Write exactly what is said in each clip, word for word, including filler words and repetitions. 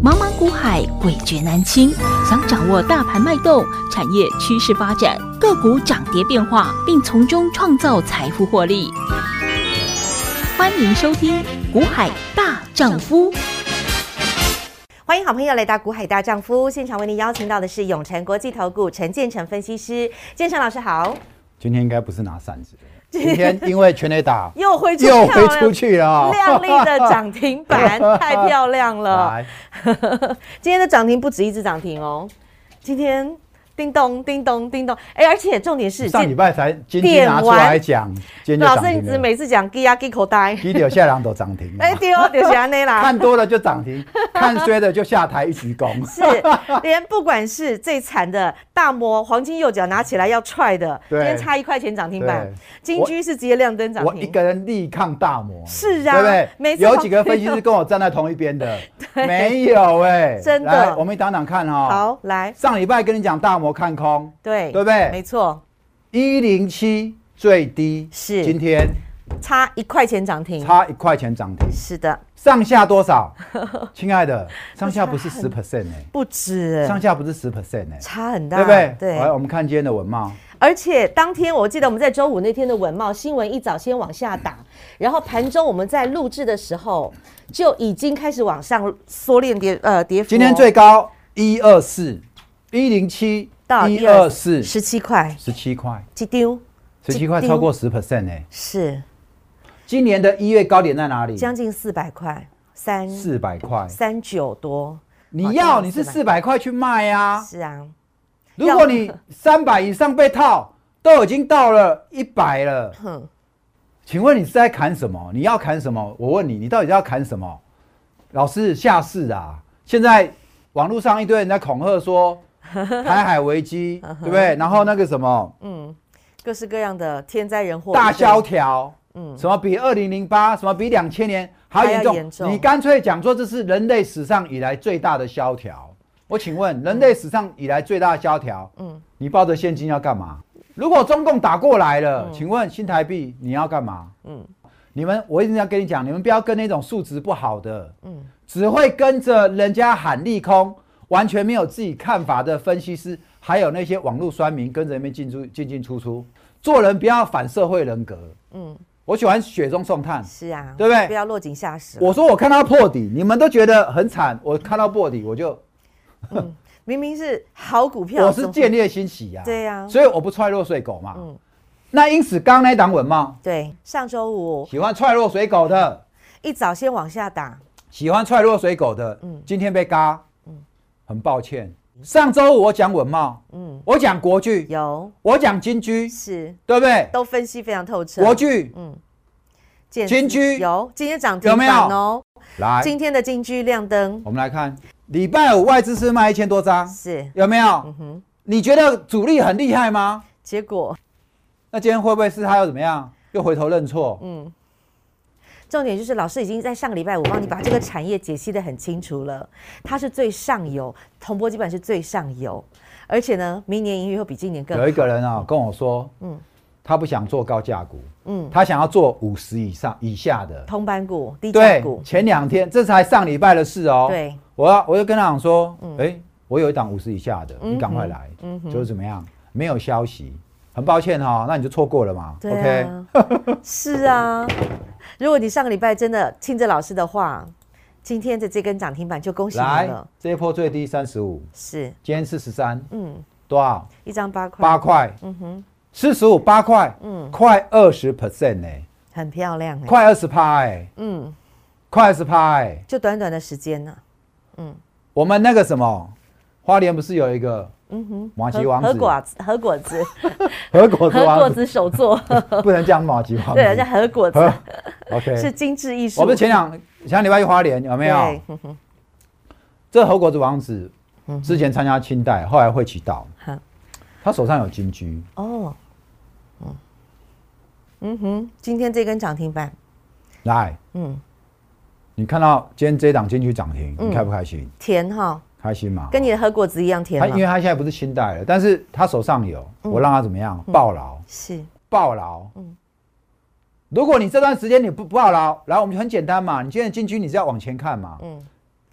茫茫股海，诡谲难清。想掌握大盘脉动、产业趋势发展、个股涨跌变化，并从中创造财富获利。欢迎收听《股海大丈夫》。 欢迎好朋友来到股海大丈夫现场，为您邀请到的是永诚国际投顾陈建成分析师。建成老师好。 今天应该不是拿扇子，今天因为全垒打又挥出又挥出去了、哦， 亮丽的涨停板太漂亮了。今天的涨停不止一只涨停哦，今天叮咚叮咚叮咚，哎，而且重点是上礼拜才今天拿出来讲，今天就老涨停了。 师你只每次讲鸡呀鸡口呆， 鸡掉下两都涨停， 哎对哦，就是安尼啦。 看多了就涨停，看衰的就下台一鞠躬。 是，连不管是最惨的大摩黄金右脚拿起来要踹的，今天差一块钱涨停板，金居是直接亮灯涨停。 我一个人力抗大摩， 是啊， 对不对？ 没错， 有几个分析师跟我站在同一边的，没有哎、欸， 真的。 来，我们一档档看哈、哦。 好，来， 上礼拜跟你讲大摩看空， 对， 对不对？ 没错， 一零七最低是今天差一块钱涨停， 差一块钱涨停， 是的。 上下多少？亲爱的，上下不是十 percent 哎， 不止， 上下不是十 percent 哎， 差很大， 对不对？ 对。 来，我们看今天的文茂， 而且当天我记得我们在周五那天的文茂新闻一早先往下打，然后盘中我们在录制的时候就已经开始往上缩链跌呃跌幅、哦。 今天最高一二四一零七到一二四十七块， 十七块， 几丢？ 十七块超过十 percent 哎， 是。 今年的一月高点在哪里？ 将近四百块，三四百块， 三九多。 你要你是四百块去卖啊？ 是啊。 如果你三百以上被套，都已经到了一百了。哼，请问你是在砍什么？你要砍什么？我问你，你到底要砍什么？老师下市啊！现在网络上一堆人在恐吓说台海危机，对不对？然后那个什么， 嗯，各式各样的天灾人祸， 大萧条。嗯，什么比二零零八，什么比两千年还严重？严重你干脆讲说这是人类史上以来最大的萧条。我请问，人类史上以来最大的萧条，嗯，你抱着现金要干嘛？如果中共打过来了，嗯、请问新台币你要干嘛？嗯，你们我一定要跟你讲，你们不要跟那种素质不好的，嗯，只会跟着人家喊利空，完全没有自己看法的分析师，还有那些网络酸民跟着那边进出进进出出，做人不要反社会人格，嗯。我喜欢雪中送炭， 是啊， 对不对？ 不要落井下石。 我说我看到破底，你们都觉得很惨，我看到破底我就， 嗯，明明是好股票， 我是见猎欣喜呀、啊， 对呀、啊， 所以我不踹落水狗嘛。嗯，那因此刚刚那档稳茂， 对，上周五喜欢踹落水狗的， 一早先往下打， 喜欢踹落水狗的，嗯，今天被嘎，嗯，很抱歉。上周五我讲稳茂，嗯，我讲国巨有， 我讲金居是， 对不对？ 都分析非常透彻。 国巨， 嗯， 金居有，今天涨停板哦。 来， 今天的金居亮灯。 我们来看，礼拜五外资是卖一千多张， 是有没有？嗯哼，你觉得主力很厉害吗？ 结果， 那今天会不会是他又怎么样？又回头认错？嗯。 重点就是老师已经在上个礼拜五帮你把这个产业解析得很清楚了，它是最上游，铜箔基本是最上游，而且呢，明年营运会比今年更好。 有一个人啊、嗯、跟我说，嗯，他不想做高价股，嗯，他想要做五十以上以下的铜板股、低价股。 前两天这才上礼拜的事哦， 对， 我要我就跟他讲说，哎、嗯欸，我有一档五十以下的，嗯、你赶快来，嗯，就是怎么样，没有消息。很抱歉哈、哦，那你就错过了嘛。 对啊 ，OK， 是啊。如果你上个礼拜真的听着老师的话，今天的这根涨停板就恭喜你了。 来，这一波最低三十五， 是， 今天四十三， 嗯， 多少？ 一张八块， 八块，嗯哼，四十五八块，嗯，快二十 percent 呢， 很漂亮哎， 快二十趴哎，嗯，快二十趴哎， 就短短的时间呢、啊，嗯， 我们那个什么，花莲不是有一个？嗯哼，马吉王子， 和果子，和果子， 和果子， 和果子手作， 不能讲马吉王子， 对，叫和果子 ，OK， 是精致艺术。 我们前两前礼拜去花莲有没有？这和果子王子之前参加清代，后来会祈祷，他手上有金居哦，嗯，嗯哼，今天这根涨停板， 来，嗯，你看到今天这一档金居涨停，你开不开心？ 甜哈。 开心嘛？ 跟你的和果子一样甜吗？ 他因为他现在不是清代了，但是他手上有，嗯、我让他怎么样？抱牢、嗯、 是抱牢。嗯，如果你这段时间你不抱牢，然后我们就很简单嘛，你今天的进去你是要往前看嘛。嗯，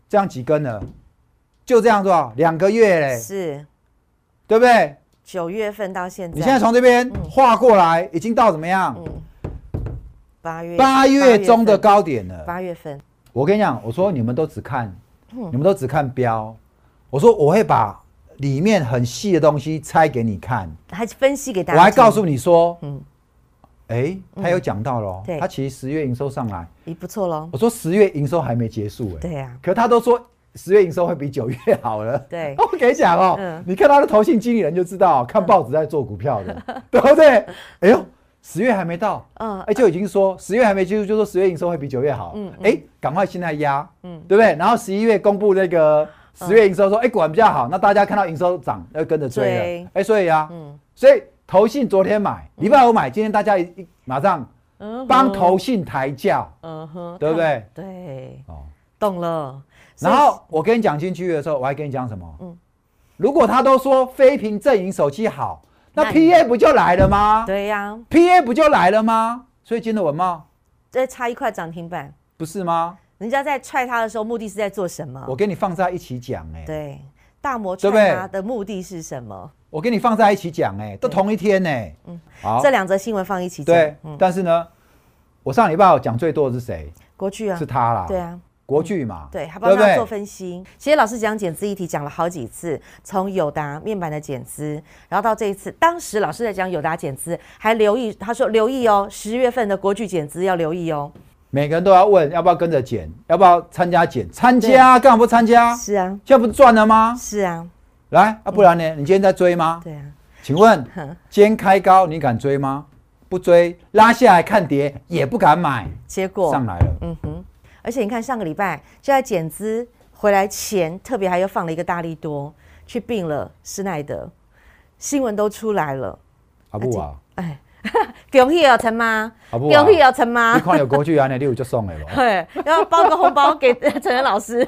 这样几根了？就这样多少？两个月嘞， 是， 对不对？ 九月份到现在， 你现在从这边画过来，已经到怎么样？ 八月八月中的高点了。 八月份， 我跟你讲，我说你们都只看，你们都只看标，我说我会把里面很细的东西拆给你看， 还分析给大家。 我还告诉你说，嗯，哎、欸，他有讲到了， 嗯、 他其实十月营收上来， 也不错喽。 我说十月营收还没结束、欸，哎， 对呀、啊， 可他都说十月营收会比九月好了。 对， 我跟你讲哦、嗯，你看他的投信经理人就知道，看报纸在做股票的，嗯、对不对？哎呦，十月还没到，嗯，哎，就已经说十月还没结束，就说十月营收会比九月好，嗯，哎、嗯，赶快现在压，嗯，对不对？然后十一月公布那个十月营收说，哎、嗯，果然比较好，那大家看到营收涨，要跟着追了，哎，所以啊，嗯，所以投信昨天买，礼拜五买，今天大家一一马上帮投信抬轿，嗯哼，对不对？ 对，哦，懂了。 然后我跟你讲进去的时候，我还跟你讲什么？嗯，如果他都说非屏阵营手机好，那 P A 不就来了吗？ 对呀、啊、 ，P A 不就来了吗？所以今天的文茂， 这差一块涨停板， 不是吗？ 人家在踹他的时候，目的是在做什么？ 我跟你放在一起讲，哎， 对，大摩踹他的目的是什么？ 我跟你放在一起讲，哎，都同一天呢。嗯， 好，这两则新闻放一起讲。 对，嗯、但是呢，我上礼拜讲最多的是谁？ 国巨啊， 是他啦。 对啊。 国巨嘛， 对，还帮他做分析。其实老师讲减资议题讲了好几次，从友达面板的减资，然后到这一次，当时老师在讲友达减资，还留意，他说留意哦，十月份的国巨减资要留意哦。 每个人都要问要不要跟着减，要不要参加减？参加，干嘛不参加？ 是啊， 现在不是赚了吗？ 是啊， 来啊，不然呢？嗯、你今天在追吗？ 对啊。请问今天开高，你敢追吗？不追，拉下来看跌也不敢买， 结果上来了。 嗯哼。而且你看，上个礼拜就在减资回来前，特别还又放了一个大利多，去并了施耐德，新闻都出来了。 阿母啊，哎， 恭喜哦，陈妈，恭喜哦，陈妈。 你看有国巨安尼，你有就送的咯。 对，要包个红包给陈仁老师。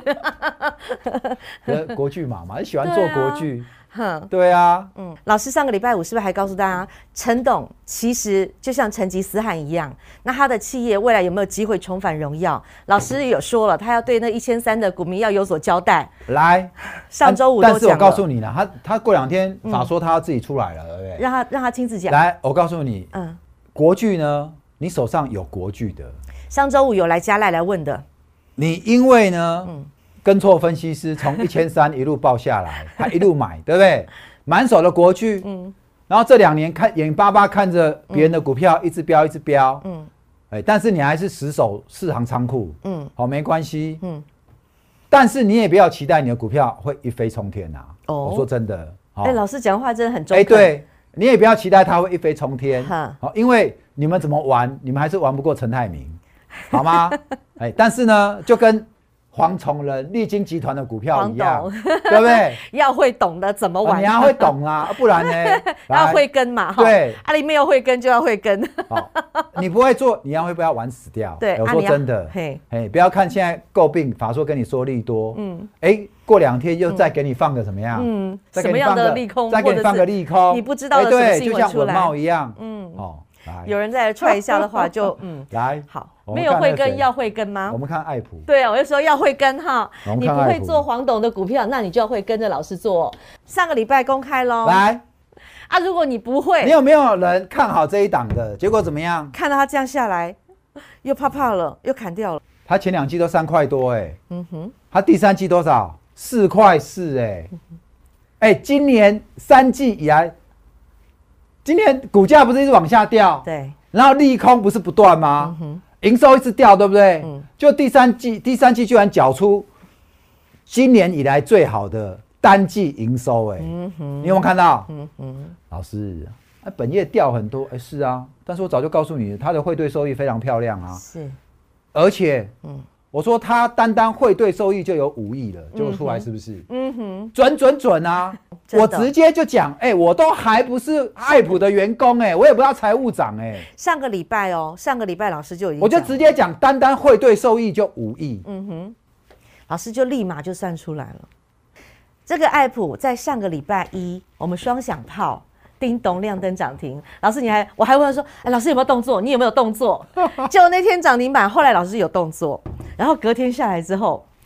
国巨妈妈喜欢做国巨。哼，对啊， 嗯，老师上个礼拜五是不是还告诉大家，陈董其实就像成吉思汗一样，那他的企业未来有没有机会重返荣耀？老师有说了，他要对那一千三的股民要有所交代。 来， 上周五都讲了， 但是我告诉你了，他他过两天法说他要自己出来了，对不对？ 让他让他亲自讲。 来，我告诉你，嗯，国巨呢，你手上有国巨的， 上周五有来加赖来问的， 你因为呢，嗯。跟错分析师，从一千三一路报下来，他一路买，对不对？满手的国巨，嗯，然后这两年看眼巴巴看着别人的股票一直飙一直飙，嗯，哎，但是你还是死守四行仓库，嗯，好，没关系，嗯，但是你也不要期待你的股票会一飞冲天啊！哦，我说真的， 哎、欸，老师讲话真的很中肯， 哎，对你也不要期待它会一飞冲天，好，因为你们怎么玩，你们还是玩不过陈泰明，好吗？哎，但是呢，就跟黄崇仁、力晶集团的股票一样，对不对？ 要会懂得怎么玩、 哦，你要会懂啊，不然呢？ 要会跟嘛， 对， 啊，你没有会跟就要会跟。 好，你不会做，你要会不要玩死掉？ 对， 我说真的，嘿，哎，不要看现在诟病法说跟你说利多，嗯，哎，过两天又再给你放个怎么样？嗯， 什么样的利空？ 再给你放个利空， 你不知道的什么新闻出来， 就像文茂一样，嗯，哦。 有人再来踹一下的话就，就嗯来好，没有会跟要会跟吗？ 我们看爱普， 对啊，我就说要会跟哈，你不会做黄董的股票，那你就要会跟着老师做。上个礼拜公开咯， 来啊，如果你不会， 你有没有人看好这一档的？结果怎么样？ 看到它这样下来，又怕怕了，又砍掉了。 它前两季都三块多哎、欸，嗯哼，它第三季多少？四块四哎，哎，今年三季以来。今年股价不是一直往下掉， 对， 然后利空不是不断吗？营、嗯、收一直掉，对不对？嗯，就第三季，第三季居然缴出今年以来最好的单季营收、欸，哎、嗯，你有没有看到？嗯嗯，老师，啊、本业掉很多，哎、欸，是啊，但是我早就告诉你，它的汇兑收益非常漂亮啊， 是， 而且，嗯，我说它单单汇兑收益就有五亿了，结果出来是不是？嗯哼，准准准啊！我直接就讲，哎、欸，我都还不是爱普的员工、欸，哎，我也不知道财务长、欸，哎， 上个礼拜哦，上个礼拜老师就已经， 我就直接讲，单单汇兑收益就五亿，嗯哼，老师就立马就算出来了。这个爱普在上个礼拜一，我们双响炮，叮咚亮灯涨停。老师你还，我还问他说，哎、欸，老师有没有动作？你有没有动作？结果那天涨停板，后来老师有动作，然后隔天下来之后。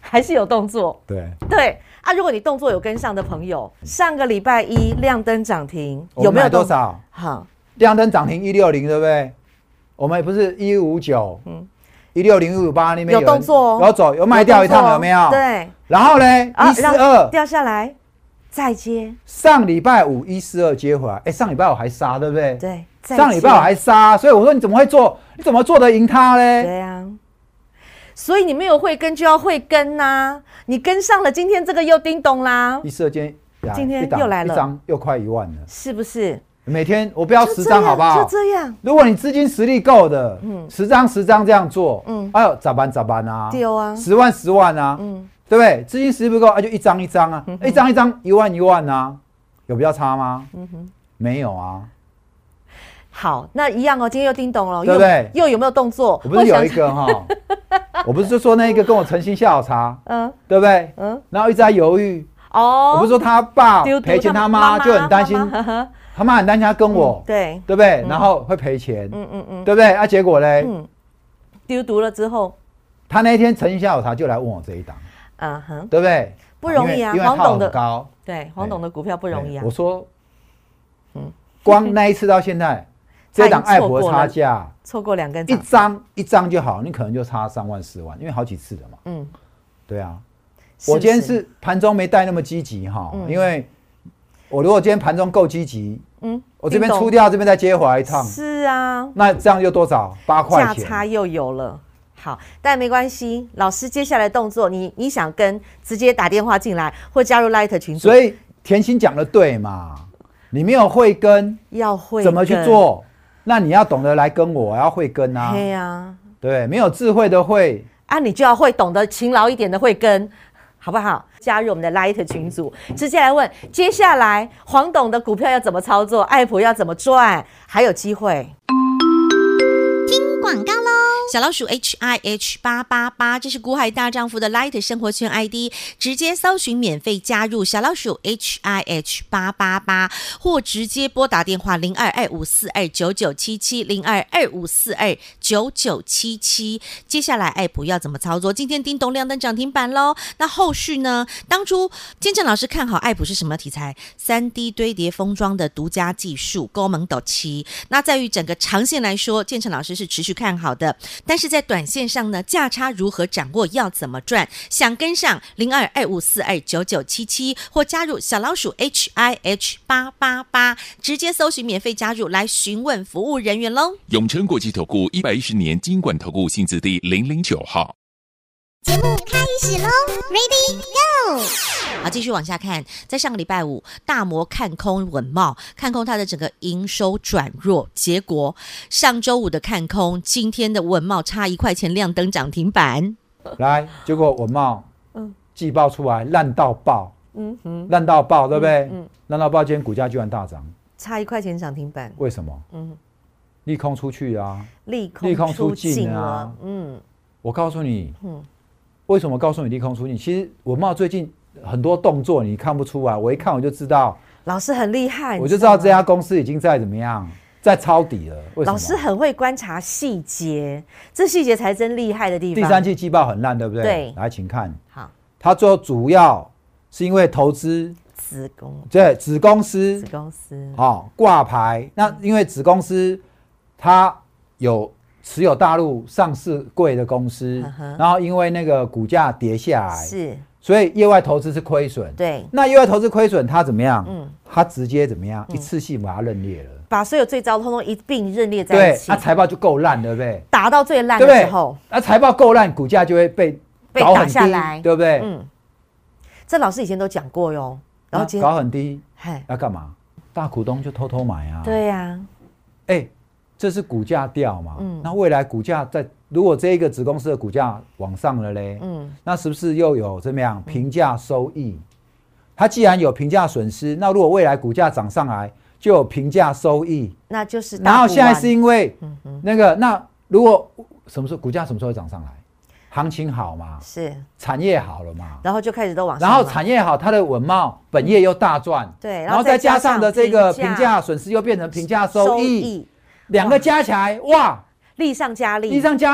还是有动作。 对对啊，如果你动作有跟上的朋友，上个礼拜一亮灯涨停， 有没有多少？ 好， 亮灯涨停一六零，对不对？我们不是一五九，嗯，一六零一五八那边有动作， 有走，有卖掉一趟，有没有？ 对。 然后呢，一四二掉下来，再接。 上礼拜五一四二接回来，哎，上礼拜我还杀，对不对？ 对。 上礼拜我还杀，所以我说你怎么会做？你怎么做得赢他呢？ 对啊。所以你没有慧根就要慧根呐，你跟上了，今天这个又叮咚啦。 一四二今今天又来了， 一张又快一万了， 是不是？ 每天我不要十张好不好？ 就这样。 如果你资金实力够的，嗯，十张十张这样做，嗯，哎呦，咋办咋办啊？ 丢啊， 十万十万啊，嗯，对不对？资金实力不够，啊，就一张一张啊，嗯、一张一张一万一万啊，有比较差吗？嗯哼，没有啊。 好，那一样哦，今天又叮咚了， 对不对？ 又有没有动作？ 我不是有一个哈，我不是就说那一个跟我诚心下午茶，嗯，对不对？嗯，然后一直在犹豫。哦，我不是说他爸赔钱，他妈就很担心，他妈很担心他跟我，对对不对？然后会赔钱，嗯嗯嗯，对不对？啊，结果嘞， 丢毒了之后， 他那一天诚心下午茶就来问我这一档，嗯哼，对不对？ 不容易啊， 因为黄董的高， 对，黄董的股票不容易啊。 我说，嗯，光那一次到现在。这档爱普的差价错过两根， 一张一张就好，你可能就差三万四万，因为好几次了嘛。嗯，对啊，是是我今天是盘中没带那么积极哈，嗯、因为我如果今天盘中够积极，嗯，我这边出掉，这边再接回来一趟。 是啊， 那这样又多少？八块钱， 价差又有了。好，但没关系，老师接下来动作，你你想跟直接打电话进来或加入 Light 群组。 所以甜心讲的对嘛，你没有慧根， 要会怎么去做？那你要懂得来跟我，要会跟啊， 对啊， 对，没有智慧的会啊，你就要会懂得勤劳一点的会跟，好不好？加入我们的 Light 群组，直接来问，接下来黄董的股票要怎么操作，爱普要怎么赚，还有机会。 听广告喽。小老鼠 H I H 八八八，这是股海大丈夫的 Light 生活圈 I D， 直接搜寻免费加入小老鼠 H I H 八八八，或直接拨打电话零二二五四二九九七七零二二五四二九九七七。接下来爱普要怎么操作？今天叮咚亮灯涨停板喽。那后续呢？当初建成老师看好爱普是什么题材？ 三 D 堆叠封装的独家技术，高门斗七。那在于整个长线来说，建成老师是持续看好的。但是在短线上呢，价差如何掌握，要怎么赚？想跟上零二二五四二九九七七，或加入小老鼠 H I H 八八八，直接搜寻免费加入来询问服务人员喽。 永诚国际投顾一百一十年金管投顾新字第零零九号。 节目开始喽 ，Ready Go！ 好，继续往下看，在上个礼拜五，大摩看空稳懋，看空它的整个营收转弱，结果上周五的看空，今天的稳懋差一块钱亮灯涨停板。 来，结果稳懋，嗯，季报出来烂到爆，嗯哼，烂到爆，对不对？嗯，烂到爆，今天股价居然大涨， 差一块钱涨停板， 为什么？嗯，利空出去啊， 利空利空出尽啊，嗯， 我告诉你，嗯。为什么告诉你利空出尽？其实稳懋最近很多动作你看不出来，我一看我就知道， 老师很厉害， 我就知道这家公司已经在怎么样，在抄底了。为什么？ 老师很会观察细节，这细节才真厉害的地方。 第三季季报很烂，对不对？ 对， 来，请看， 好， 它最后主要是因为投资子公， 对，子公司， 子公司， 哦，挂牌。那因为子公司它有持有大陆上市柜的公司，嗯、然后因为那个股价跌下来， 是， 所以业外投资是亏损。 对， 那业外投资亏损，它怎么样？嗯，它直接怎么样？嗯、一次性把它认列了， 把所有最糟的通通一并认列在一起。 对，它、啊、财报就够烂，对不对？ 打到最烂的时候， 那、啊、财报够烂，股价就会被被打下来， 对不对？ 嗯，这老师以前都讲过哟。然后搞很低，要干嘛？大股东就偷偷买啊。 对呀、啊， 哎、欸。这是股价掉嘛？嗯，那未来股价在如果这一个子公司的股价往上了嘞，嗯，那是不是又有怎么样评价收益？它既然有评价损失，那如果未来股价涨上来，就有评价收益， 那就是然后现在是因为那个，那如果什么时候股价什么时候会涨上来？行情好嘛， 是产业好了嘛， 然后就开始都往上， 然后产业好，它的稳懋本业又大赚， 对， 然后再加上的这个评价损失又变成评价收益。两个加起来，哇， 利上加利， 利上加利，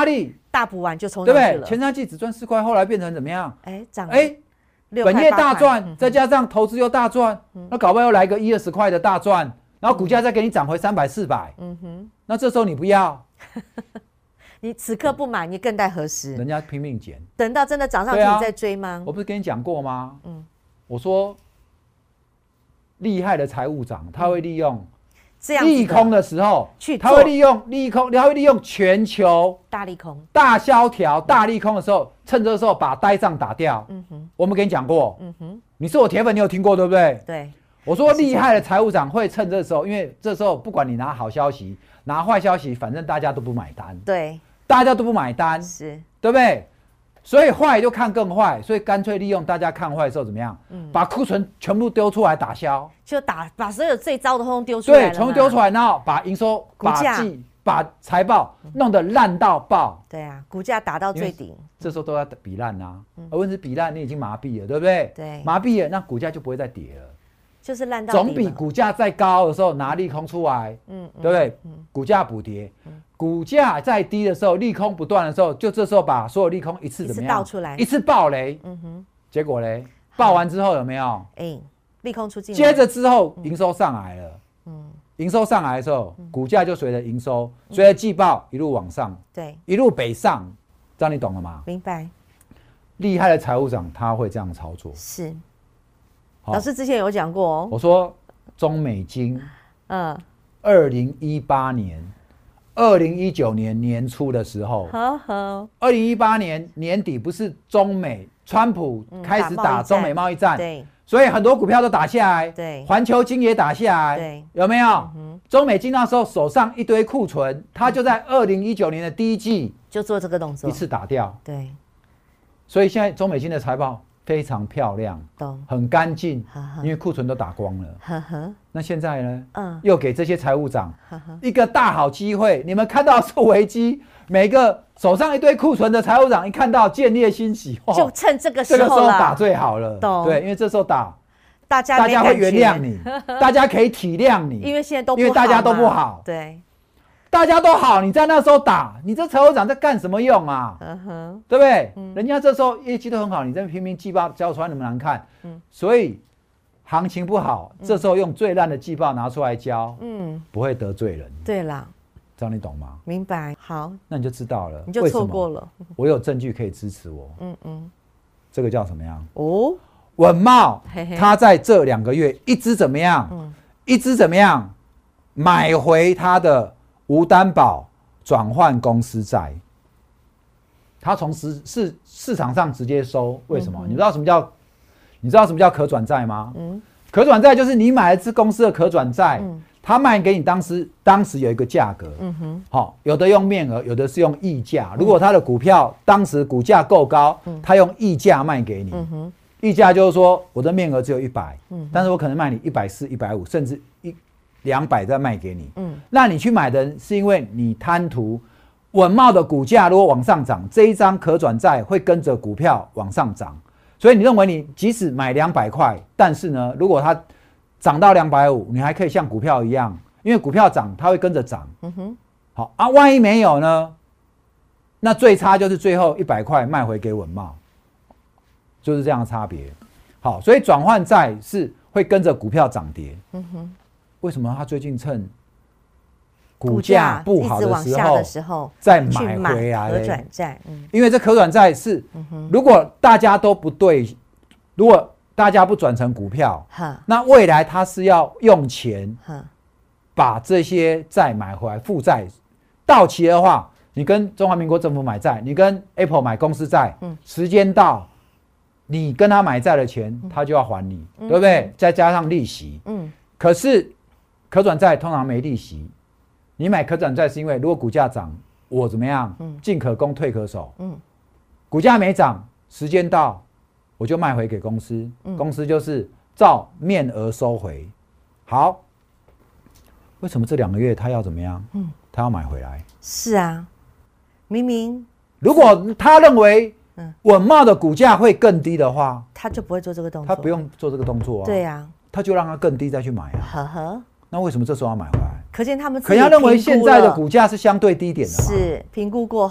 大补完就冲对不对？ 上去了， 前三季只赚四块，后来变成怎么样？ 哎，涨哎， 六块本业大八块赚， 嗯再加上投资又大赚，那搞不好又来个一二十块的大赚，然后股价再给你涨回三百四百， 嗯哼， 那这时候你不要， 你此刻不买，你更待何时？ 人家拼命捡。 等到真的涨上去， 对啊你再追吗？ 我不是跟你讲过吗？ 嗯我说厉害的财务长他会利用这样子利空的时候去， 他会利用利空，他会利用全球大利空， 大萧条、大利空的时候，趁这个时候把呆账打掉。 嗯哼， 我们跟你讲过， 嗯哼， 你是我铁粉，你有听过对不对？ 对， 我说厉害的财务长会趁这时候，因为这时候不管你拿好消息、拿坏消息，反正大家都不买单， 对， 大家都不买单， 是， 对不对？所以坏就看更坏，所以干脆利用大家看坏的时候怎么样， 嗯把库存全部丢出来打消， 就打把所有最糟的通通丢出来了对， 嘛， 全部丢出来，然后把营收、把股价季、把财报弄得烂到爆， 对啊，股价打到最顶， 这时候都要比烂啊。而问题是比烂，你已经麻痹了，对不对？ 对麻痹了，那股价就不会再跌了。 就是烂到底嘛总比股价再高的时候拿利空出来， 嗯，嗯对不对？股价补跌，股价再低的时候，利空不断的时候，就这时候把所有利空一次怎么样？ 一次倒出来一次爆雷。 嗯哼， 结果嘞，爆完之后有没有？ 哎，利空出尽了， 接着之后营收上来了， 嗯， 营收上来的时候，股价就随着营收，随着季报一路往上， 对， 一路北上，这样你懂了吗？ 明白， 厉害的财务长他会这样操作。 是， 好老师之前有讲过哦， 我说中美金， 嗯， 二零一八年、二零一九年年初的时候， 呵呵， 二零一八年年底不是中美川普开始打中美贸易战， 对， 所以很多股票都打下来， 对环球金也打下来， 对， 有没有？中美金那时候手上一堆库存，他就在二零一九年的第一季就做这个动作， 一次打掉， 对， 所以现在中美金的财报非常漂亮， 懂， 很干净呵呵， 因为库存都打光了。 呵呵， 那现在呢？ 嗯， 又给这些财务长呵呵， 一个大好机会。你们看到是危机，每个手上一堆库存的财务长一看到见猎欣喜，哦就趁这个这个时时候啦候打最好了。 懂对，因为这时候打， 大家大家会没感觉原谅你，大家可以体谅你， 因为现在都不因为大家都嘛不好， 对， 大家都好，你在那时候打，你这财务长在干什么用啊？ 嗯哼， 对不对？人家这时候业绩都很好，你这拼命季报交出来那么难看，所以行情不好，这时候用最烂的季报拿出来交， 嗯， 不会得罪人， 对啦， 这样你懂吗？ 明白，好， 那你就知道了， 你就错过了， 我有证据可以支持我， 嗯嗯， 这个叫什么样？ 哦， 稳茂嘿嘿， 他在这两个月一直怎么样？ 嗯一直怎么样？买回他的无担保转换公司债，他从市市市场上直接收，为什么？ 嗯你知道什么叫？你知道什么叫可转债吗？ 嗯可转债就是你买了这公司的可转债， 嗯他卖给你当时当时有一个价格， 嗯哼， 好、有的用面额，有的是用溢价。如果他的股票当时股价够高，他用溢价卖给你。 嗯哼， 溢价就是说我的面额只有一百、 嗯， 但是我可能卖你一百四、一百五，甚至一两百再卖给你。 嗯， 那你去买的人是因为你贪图稳茂的股价如果往上涨，这一张可转债会跟着股票往上涨，所以你认为你即使买两百块，但是呢，如果它涨到两百五，你还可以像股票一样，因为股票涨它会跟着涨。 嗯哼， 好啊，万一没有呢？那最差就是最后一百块卖回给稳茂，就是这样的差别。好，所以转换债是会跟着股票涨跌。 嗯哼， 为什么他最近趁股价不好一直往下的时候的时候再去买回来可嘞？ 转债，嗯因为这可转债是，如果大家都不对，如果大家不转成股票， 哈那未来他是要用钱哈， 把这些债买回来，负债到期的话，你跟中华民国政府买债，你跟 Apple 买公司债， 嗯时间到，你跟他买债的钱，他就要还你，对不对？再加上利息， 嗯可是可转债通常没利息，你买可转债是因为如果股价涨，我怎么样？进可攻退可守。 嗯股价没涨，时间到，我就卖回给公司， 嗯公司就是照面额收回。好，为什么这两个月他要怎么样？ 嗯， 他要买回来。 是啊，明明如果他认为嗯稳茂的股价会更低的话， 他就不会做这个动作， 他不用做这个动作啊。 对呀， 他就让它更低再去买啊。 呵呵， 那为什么这时候要买回来？ 可见他们自可己能他认为现在的评估了股价是相对低点的嘛。 是评估过后，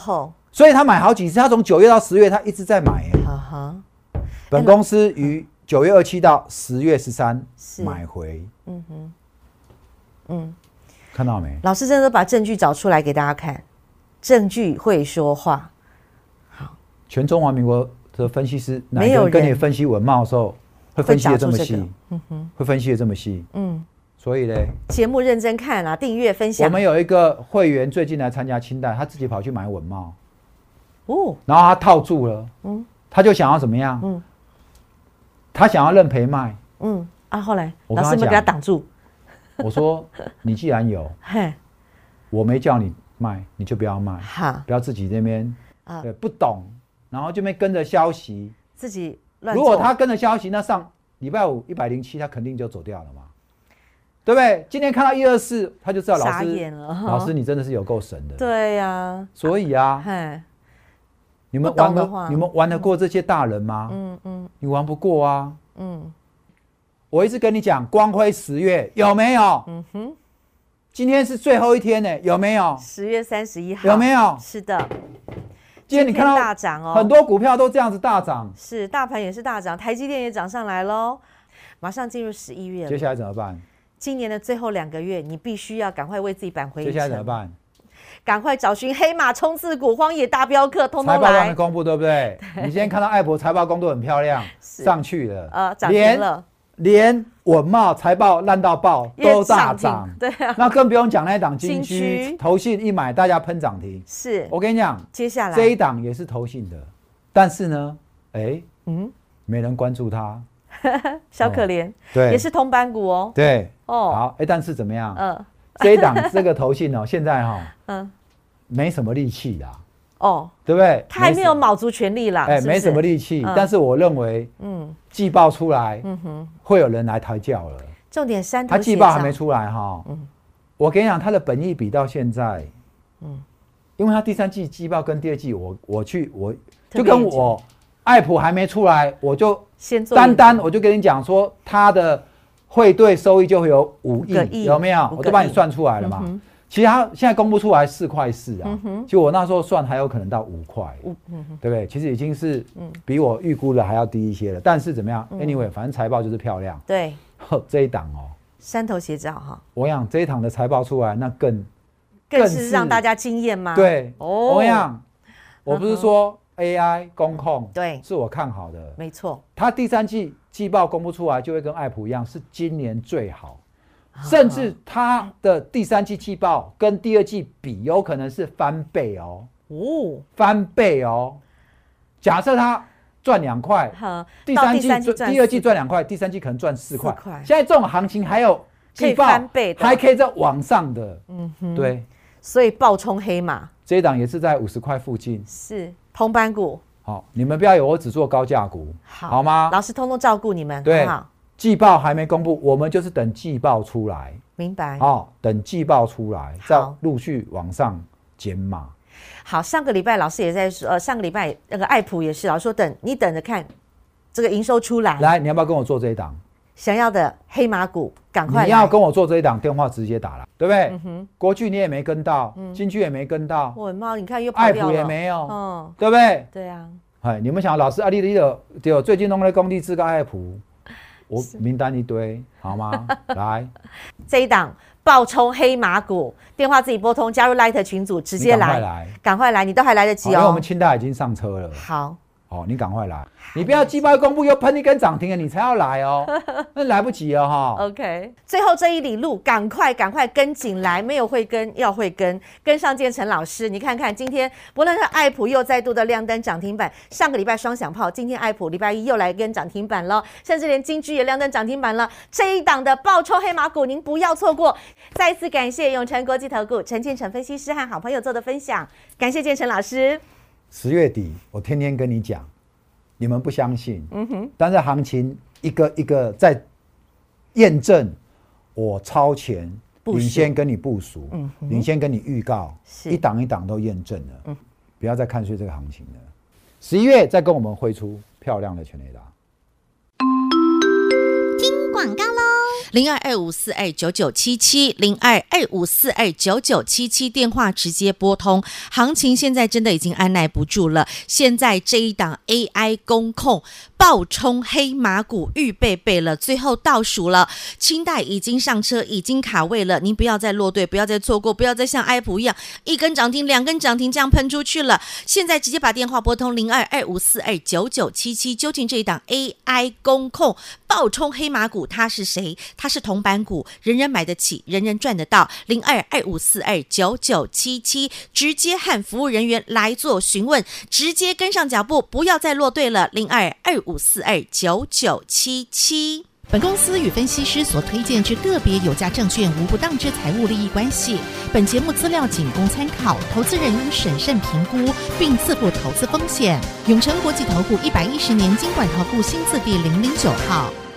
所以他买好几次，他从九月到十月，他一直在买、欸。 哈哈。 本公司于九月二七到十月十三买回。嗯哼，嗯，看到没？ 老师真的都把证据找出来给大家看，证据会说话。好， 全中华民国的分析师，哪个人跟你分析文茂的时候会分析的这么细？嗯哼，会分析的这么细。嗯，所以呢， 节目认真看啊，订阅分享。 我们有一个会员最近来参加清代，他自己跑去买文茂，哦，然后他套住了，嗯，他就想要怎么样？嗯。他想要认赔卖， 嗯啊，后来老师们给他挡住。 我说你既然有，我没叫你卖，你就不要卖，不要自己那边啊，对，不懂，然后就没跟着消息， 自己乱。 如果他跟着消息，那上礼拜五一百零七，他肯定就走掉了嘛，对不对？今天看到一二四，他就知道老师，老师你真的是有够神的。 对呀， 所以啊，你们玩得你们玩得过这些大人吗？嗯嗯，你玩不过啊。嗯，我一直跟你讲，光辉十月有没有？嗯哼，今天是最后一天呢，有没有？ 十月三十一号有没有？ 是的， 今天你看到大涨哦， 很多股票都这样子大涨， 是大盘也是大涨，台积电也涨上来喽。马上进入十一月了， 接下来怎么办？ 今年的最后两个月，你必须要赶快为自己扳回一城。 接下来怎么办？ 赶快找寻黑马冲刺股、荒野大镖客，通通来。 财报还没公布，对不对？你今天看到爱普财报公布很漂亮，上去了， 呃，涨停了， 连文茂财报烂到爆都大涨， 对啊， 那更不用讲那一档金区，投信一买大家喷涨停。 是我跟你讲， 接下来这一档也是投信的，但是呢，哎，嗯，没人关注它， 小可怜， 哦，对， 也是同板股哦， 对，哦，好，哎，但是怎么样？嗯。这一档这个投信哦，现在哈、哦，嗯，没什么力气啦，哦，对不对？ 他还没有卯足全力啦， 哎，没什么力气。嗯、但是我认为，嗯，季报出来，嗯哼，会有人来抬轿了。 重点三， 他季报还没出来哈、哦，嗯，我跟你讲，他的本益比到现在，嗯，因为他第三季季报跟第二季我，我我去我就跟我爱普还没出来，我就先做单单我就跟你讲说他的。汇兑收益就会有五亿，有没有？我都帮你算出来了嘛。嗯、其实它现在公布出来四块四啊，嗯、就我那时候算还有可能到五块，嗯、对不对？其实已经是比我预估的还要低一些了。但是怎么样 ？Anyway， 反正财报就是漂亮。 对， 这一档哦， 山头斜照哈。 我想这一档的财报出来，那更更是让大家惊艳吗？ 对，哦、我想我不是说 A I 工控， 对， 是我看好的， 没错。 它第三季。季报公布出来就会跟爱普一样，是今年最好，甚至它的第三季季报跟第二季比，有可能是翻倍哦，哦，翻倍哦。假设它赚两块，第三季第二季赚两块，第三季可能赚四块。现在这种行情还有季报还可以在往上的，嗯哼，对， 所以爆冲黑马这一档也是在五十块附近， 是同板股。 好，你们不要以为我只做高价股，好, 好吗？ 老师通通照顾你们， 对， 好。 季报还没公布，我们就是等季报出来， 明白？ 哦，等季报出来，再陆续往上减码。 好，上个礼拜老师也在说，呃，上个礼拜那个爱普也是，老师说等你等着看这个营收出来。 来，你要不要跟我做这一档？ 想要的黑马股，赶快来！ 你要跟我做这一档，电话直接打来，对不对？嗯哼，国巨你也没跟到，嗯，金居也没跟到， 我妈，你看又跑掉了， 爱普也没有，嗯，对不对？ 对啊。 哎，你们想老师啊，你的对，最近弄的工地自高爱普，我名单一堆，好吗？来， 这一档爆冲黑马股，电话自己拨通，加入 Light 群组，直接来，赶快来，赶快来，你都还来得及哦。 因为我们清大已经上车了。 好。 哦，你赶快来，你不要季报公布又喷一根涨停了，你才要来哦，那来不及了哈。 OK， 最后这一里路，赶快赶快跟紧来，没有会跟要会跟，跟上建成老师。你看看今天，不论是爱普又再度的亮灯涨停板，上个礼拜双响炮，今天爱普礼拜一又来跟涨停板了，甚至连金居也亮灯涨停板了。这一档的爆冲黑马股，您不要错过。再次感谢永诚国际投顾陈建成分析师和好朋友做的分享，感谢建成老师。 十月底，我天天跟你讲，你们不相信，嗯哼，但是行情一个一个在验证我超前，领先跟你部署，嗯，领先跟你预告，一档一档都验证了，嗯，不要再看衰这个行情了。十一月再跟我们挥出漂亮的全垒打。 听广告喽。 零二二五四二九九七七，零二二五四二九九七七电话直接拨通。行情现在真的已经按耐不住了，现在这一档 A I 工控爆冲黑马股预备备了，最后倒数了，清代已经上车，已经卡位了，您不要再落队，不要再错过，不要再像爱普一样一根涨停两根涨停这样喷出去了。现在直接把电话拨通零二二五四二九九七七，究竟这一档 A I 工控爆冲黑马股它是谁？它是铜板股，人人买得起，人人赚得到。零二二五四二九九七七，直接和服务人员来做询问，直接跟上脚步，不要再落队了。零二二五四二九九七七。 本公司与分析师所推荐之个别有价证券无不当之财务利益关系。本节目资料仅供参考，投资人应审慎评估并自负投资风险。永诚国际投顾一百一十年金管投顾新字第零零九号。